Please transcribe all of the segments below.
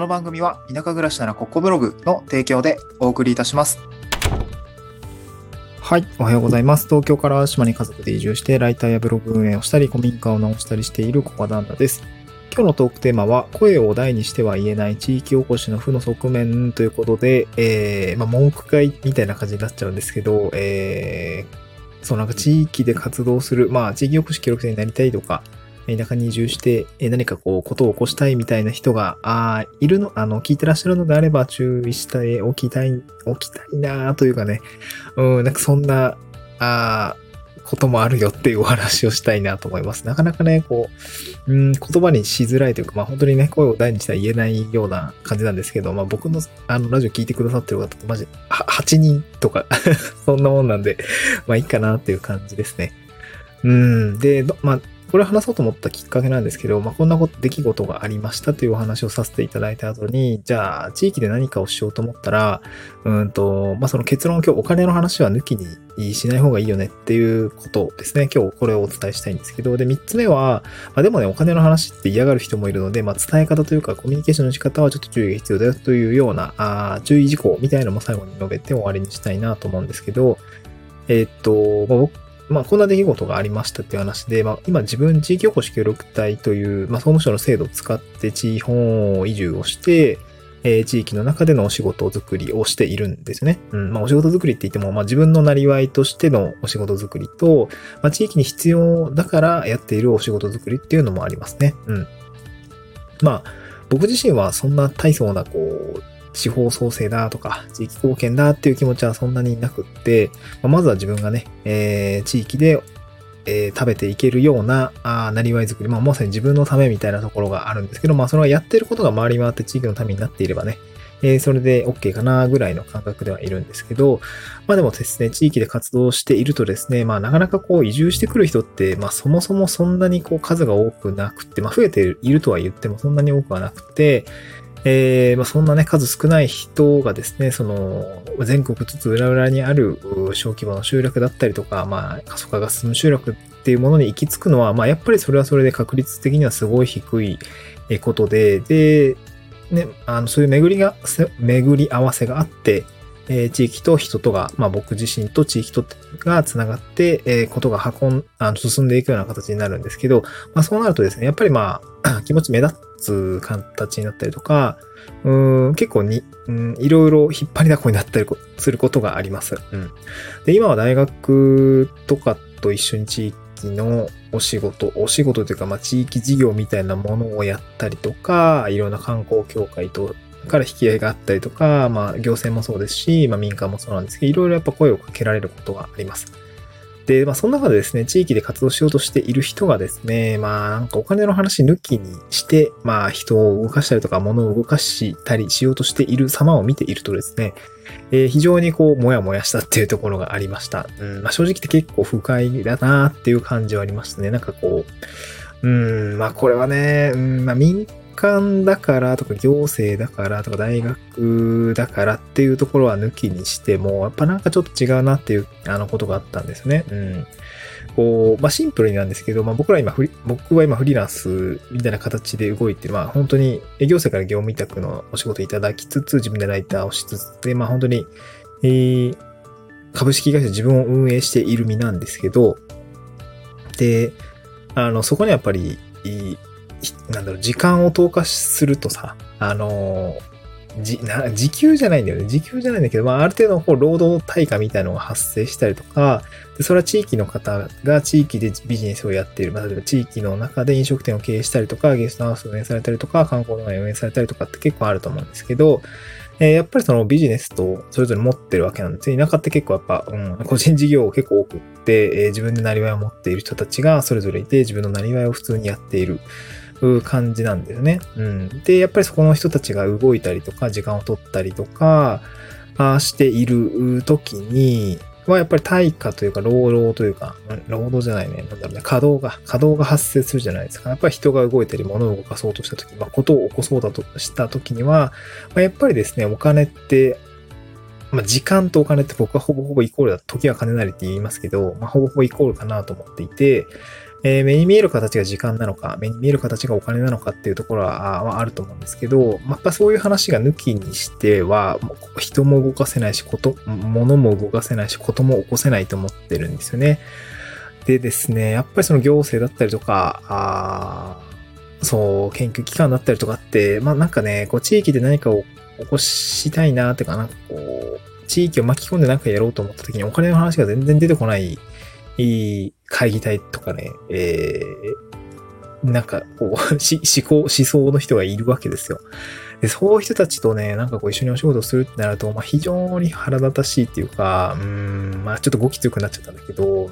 の番組は田舎暮らしならここブログの提供でお送りいたします。はい、おはようございます。東京から島に家族で移住してライターやブログ運営をしたり古民家を直したりしているコカダンダです。今日のトークテーマは声を大にしては言えない地域おこしの負の側面ということで、文句会みたいな感じになっちゃうんですけど、なんか地域で活動する、地域おこし協力隊になりたいとか、田舎に移住して何かことを起こしたいみたいな人がいるの、聞いてらっしゃるのであれば注意しておきたいなというかね、なんかそんなこともあるよっていうお話をしたいなと思います。なかなかね、言葉にしづらいというか、本当にね、声を大にしては言えないような感じなんですけど、僕のラジオ聞いてくださってる方ってマジ8人とかそんなもんなんで、いいかなっていう感じですね。で、これ話そうと思ったきっかけなんですけど、こんな出来事がありましたというお話をさせていただいた後に、じゃあ、地域で何かをしようと思ったら、その結論を今日お金の話は抜きにしない方がいいよねっていうことですね。今日これをお伝えしたいんですけど、で、3つ目は、でもね、お金の話って嫌がる人もいるので、伝え方というかコミュニケーションの仕方はちょっと注意が必要だよというような、注意事項みたいなのも最後に述べて終わりにしたいなと思うんですけど、こんな出来事がありましたっていう話で、今自分地域おこし協力隊という、総務省の制度を使って地方移住をして、地域の中でのお仕事作りをしているんですよね。お仕事作りって言っても、自分のなりわいとしてのお仕事作りと、地域に必要だからやっているお仕事作りっていうのもありますね。僕自身はそんな大層な地方創生だとか、地域貢献だっていう気持ちはそんなになくって、まずは自分がね、地域で、食べていけるような、なりわい作り、まさに自分のためみたいなところがあるんですけど、それはやってることが回り回って地域のためになっていればね、それで OK かなぐらいの感覚ではいるんですけど、でもですね、地域で活動しているとですね、なかなか移住してくる人って、そもそもそんなに数が多くなくて、増えているとは言ってもそんなに多くはなくて、そんなね、数少ない人がですね、全国津々浦々にある小規模の集落だったりとか、過疎化が進む集落っていうものに行き着くのは、やっぱりそれはそれで確率的にはすごい低いことで、ね、そういう巡り合わせがあって、地域と人とが、僕自身と地域とがつながって、ことが進んでいくような形になるんですけど、そうなるとですね、やっぱり気持ち目立つ形になったりとか、結構に、いろいろ引っ張りだこになったりすることがあります。で、今は大学とかと一緒に地域のお仕事というか、地域事業みたいなものをやったりとか、いろんな観光協会とから引き合いがあったりとか、行政もそうですし、民間もそうなんですけど、いろいろやっぱ声をかけられることがあります。で、その中でですね、地域で活動しようとしている人がですね、なんかお金の話抜きにして、人を動かしたりとか、物を動かしたりしようとしている様を見ているとですね、非常にもやもやしたっていうところがありました。正直って結構不快だなっていう感じはありましたね。なんかこれはね、民間だからとか行政だからとか大学だからっていうところは抜きにしても、やっぱなんかちょっと違うなっていうことがあったんですね。シンプルになんですけど、僕は今フリーランスみたいな形で動いて、本当に行政から業務委託のお仕事いただきつつ、自分でライターをしつつで、本当に、株式会社自分を運営している身なんですけど、で、そこにやっぱり、時間を投下するとさ、時給じゃないんだよね。時給じゃないんだけど、ある程度労働対価みたいなのが発生したりとか、でそれは地域の方が地域でビジネスをやっている。例えば地域の中で飲食店を経営したりとか、ゲストハウスを運営されたりとか、観光の運営されたりとかって結構あると思うんですけど、やっぱりそのビジネスとそれぞれ持ってるわけなんですね。田舎って結構やっぱ、個人事業結構多くって、自分でなりわいを持っている人たちがそれぞれいて、自分のなりわいを普通にやっている。感じなんだよね。で、やっぱりそこの人たちが動いたりとか、時間を取ったりとか、している時に、やっぱり対価というか、労働というか、労働じゃないね。稼働が発生するじゃないですか。やっぱり人が動いたり、物を動かそうとした時、ことを起こそうだとした時には、やっぱりですね、お金って、時間とお金って僕はほぼほぼイコールだ。時は金なりって言いますけど、ほぼほぼイコールかなと思っていて、 目に見える形が時間なのか、目に見える形がお金なのかっていうところはあると思うんですけど、やっぱそういう話が抜きにしては、人も動かせないし、物も動かせないし、ことも起こせないと思ってるんですよね。でですね、やっぱりその行政だったりとか、研究機関だったりとかって、なんかね、地域で何かを起こしたいなってか、地域を巻き込んで何かやろうと思った時にお金の話が全然出てこない会議体とかね、思想の人がいるわけですよ。で、そういう人たちとね、一緒にお仕事するってなると、非常に腹立たしいっていうか、ちょっと語気強くなっちゃったんだけど、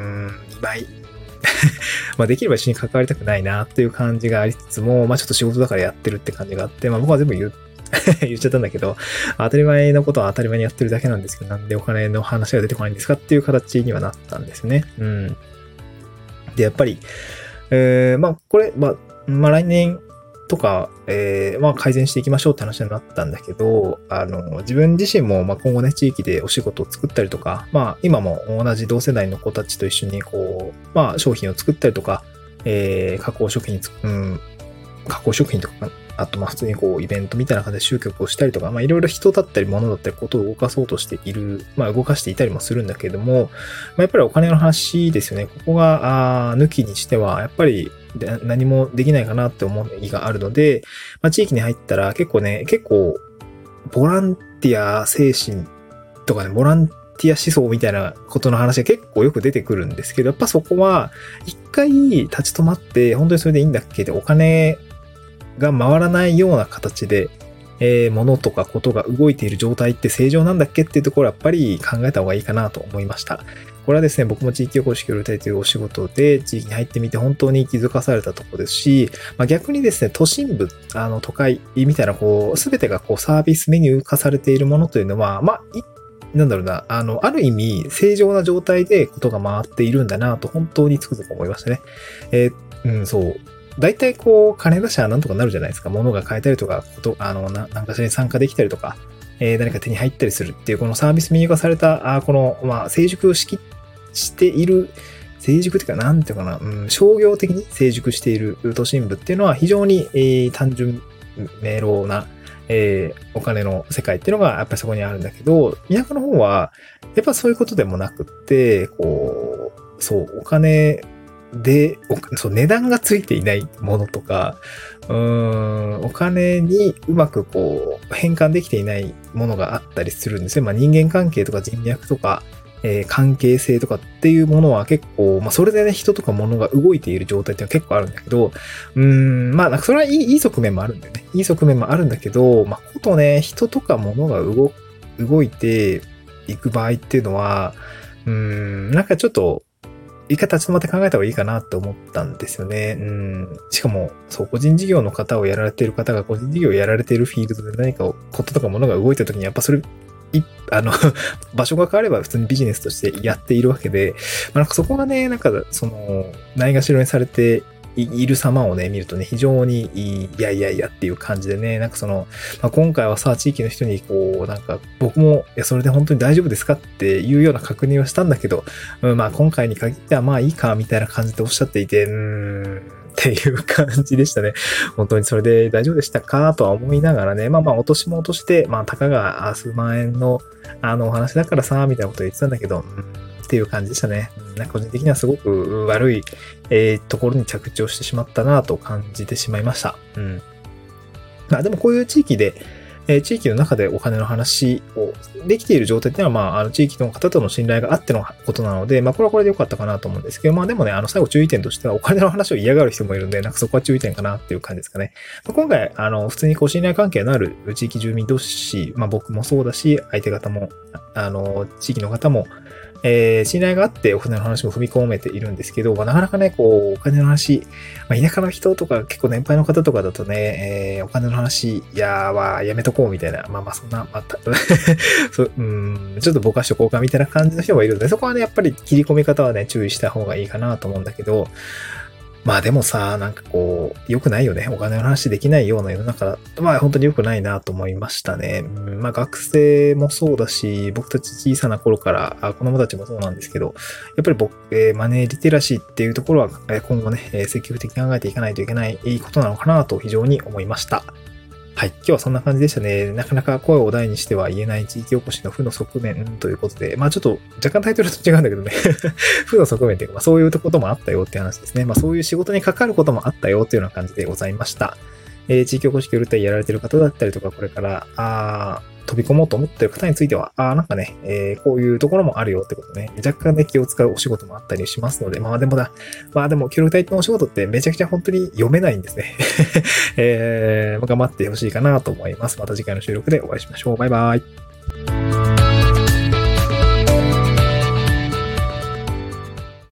できれば一緒に関わりたくないなっていう感じがありつつも、ちょっと仕事だからやってるって感じがあって、僕は全部言っちゃったんだけど、当たり前のことは当たり前にやってるだけなんですけど、なんでお金の話が出てこないんですかっていう形にはなったんですね。で、やっぱり、これ、来年とか、改善していきましょうって話になったんだけど、自分自身も、今後ね、地域でお仕事を作ったりとか、今も同じ同世代の子たちと一緒に、商品を作ったりとか、加工食品とか、あと、普通にイベントみたいな感じで集客をしたりとか、いろいろ人だったり物だったりことを動かそうとしている、動かしていたりもするんだけれども、やっぱりお金の話ですよね。ここが、抜きにしては、やっぱり何もできないかなって思う意があるので、地域に入ったら結構、ボランティア精神とかね、ボランティア思想みたいなことの話が結構よく出てくるんですけど、やっぱそこは、一回立ち止まって、本当にそれでいいんだっけで、お金が回らないような形で、物とかことが動いている状態って正常なんだっけっていうところはやっぱり考えた方がいいかなと思いました。これはですね、僕も地域おこし協力隊というお仕事で地域に入ってみて本当に気づかされたところですし、逆にですね、都心部、都会みたいなすべてがサービスメニュー化されているものというのは、ある意味正常な状態でことが回っているんだなと本当につくづく思いましたね。そう。大体金出しはなんとかなるじゃないですか。物が買えたりとか、何かしらに参加できたりとか、何か手に入ったりするっていう、このサービスメニュー化された、成熟している、成熟っていうか、なんていうかな、商業的に成熟している都心部っていうのは非常に、単純明朗な、お金の世界っていうのがやっぱりそこにあるんだけど、田舎の方は、やっぱそういうことでもなくって、お金で、値段がついていないものとか、お金にうまく変換できていないものがあったりするんですよ。人間関係とか人脈とか、関係性とかっていうものは結構、それでね、人とか物が動いている状態っていうのは結構あるんだけど、それはいい側面もあるんだよね。いい側面もあるんだけど、ことね、人とか物が動いていく場合っていうのは、ちょっと、一回立ち止まって考えた方がいいかなって思ったんですよね。しかも、個人事業の方をやられている方が個人事業をやられているフィールドで何かこととか物が動いた時にやっぱそれ、場所が変われば普通にビジネスとしてやっているわけで、そこがね、ないがしろにされている様をね、見るとね、非常にいやっていう感じでね、今回はさ、地域の人に僕も、それで本当に大丈夫ですかっていうような確認をしたんだけど、今回に限ってはいいか、みたいな感じでおっしゃっていて、っていう感じでしたね。本当にそれで大丈夫でしたかとは思いながらね、落としも落として、たかが数万円の、お話だからさ、みたいなことを言ってたんだけど、っていう感じでしたね。個人的にはすごく悪い、ところに着地をしてしまったなと感じてしまいました。でもこういう地域で、地域の中でお金の話をできている状態っていうのは、地域の方との信頼があってのことなので、これはこれで良かったかなと思うんですけど、でもね、最後注意点としては、お金の話を嫌がる人もいるんで、そこは注意点かなっていう感じですかね。今回、普通に信頼関係のある地域住民同士、僕もそうだし、相手方も、地域の方も、信頼があってお金の話も踏み込めているんですけど、なかなかね、お金の話、田舎の人とか結構年配の方とかだとね、お金の話、やめとこうみたいな、そんな、ちょっとぼかしとこうかみたいな感じの人もいるので、そこはね、やっぱり切り込み方はね、注意した方がいいかなと思うんだけど、 まあでもさ、なんかこう、良くないよね。お金の話できないような世の中、まあ本当に良くないなと思いましたね。まあ学生もそうだし、僕たち小さな頃から、子供たちもそうなんですけど、やっぱりマネーリテラシーっていうところは、今後ね、積極的に考えていかないといけないことなのかなと非常に思いました。はい。今日はそんな感じでしたね。なかなか声を大にしては言えない地域おこしの負の側面ということで、まあちょっと若干タイトルと違うんだけどね。負の側面というか、まあそういうこともあったよって話ですね。まあそういう仕事に関わることもあったよというような感じでございました。地域おこし協力隊やられている方だったりとか、これから、飛び込もうと思っている方については、なんかね、こういうところもあるよってことね、若干ね、気を使うお仕事もあったりしますので、まあでも協力隊のお仕事ってめちゃくちゃ本当に読めないんですね。頑張ってほしいかなと思います。また次回の収録でお会いしましょう。バイバイ。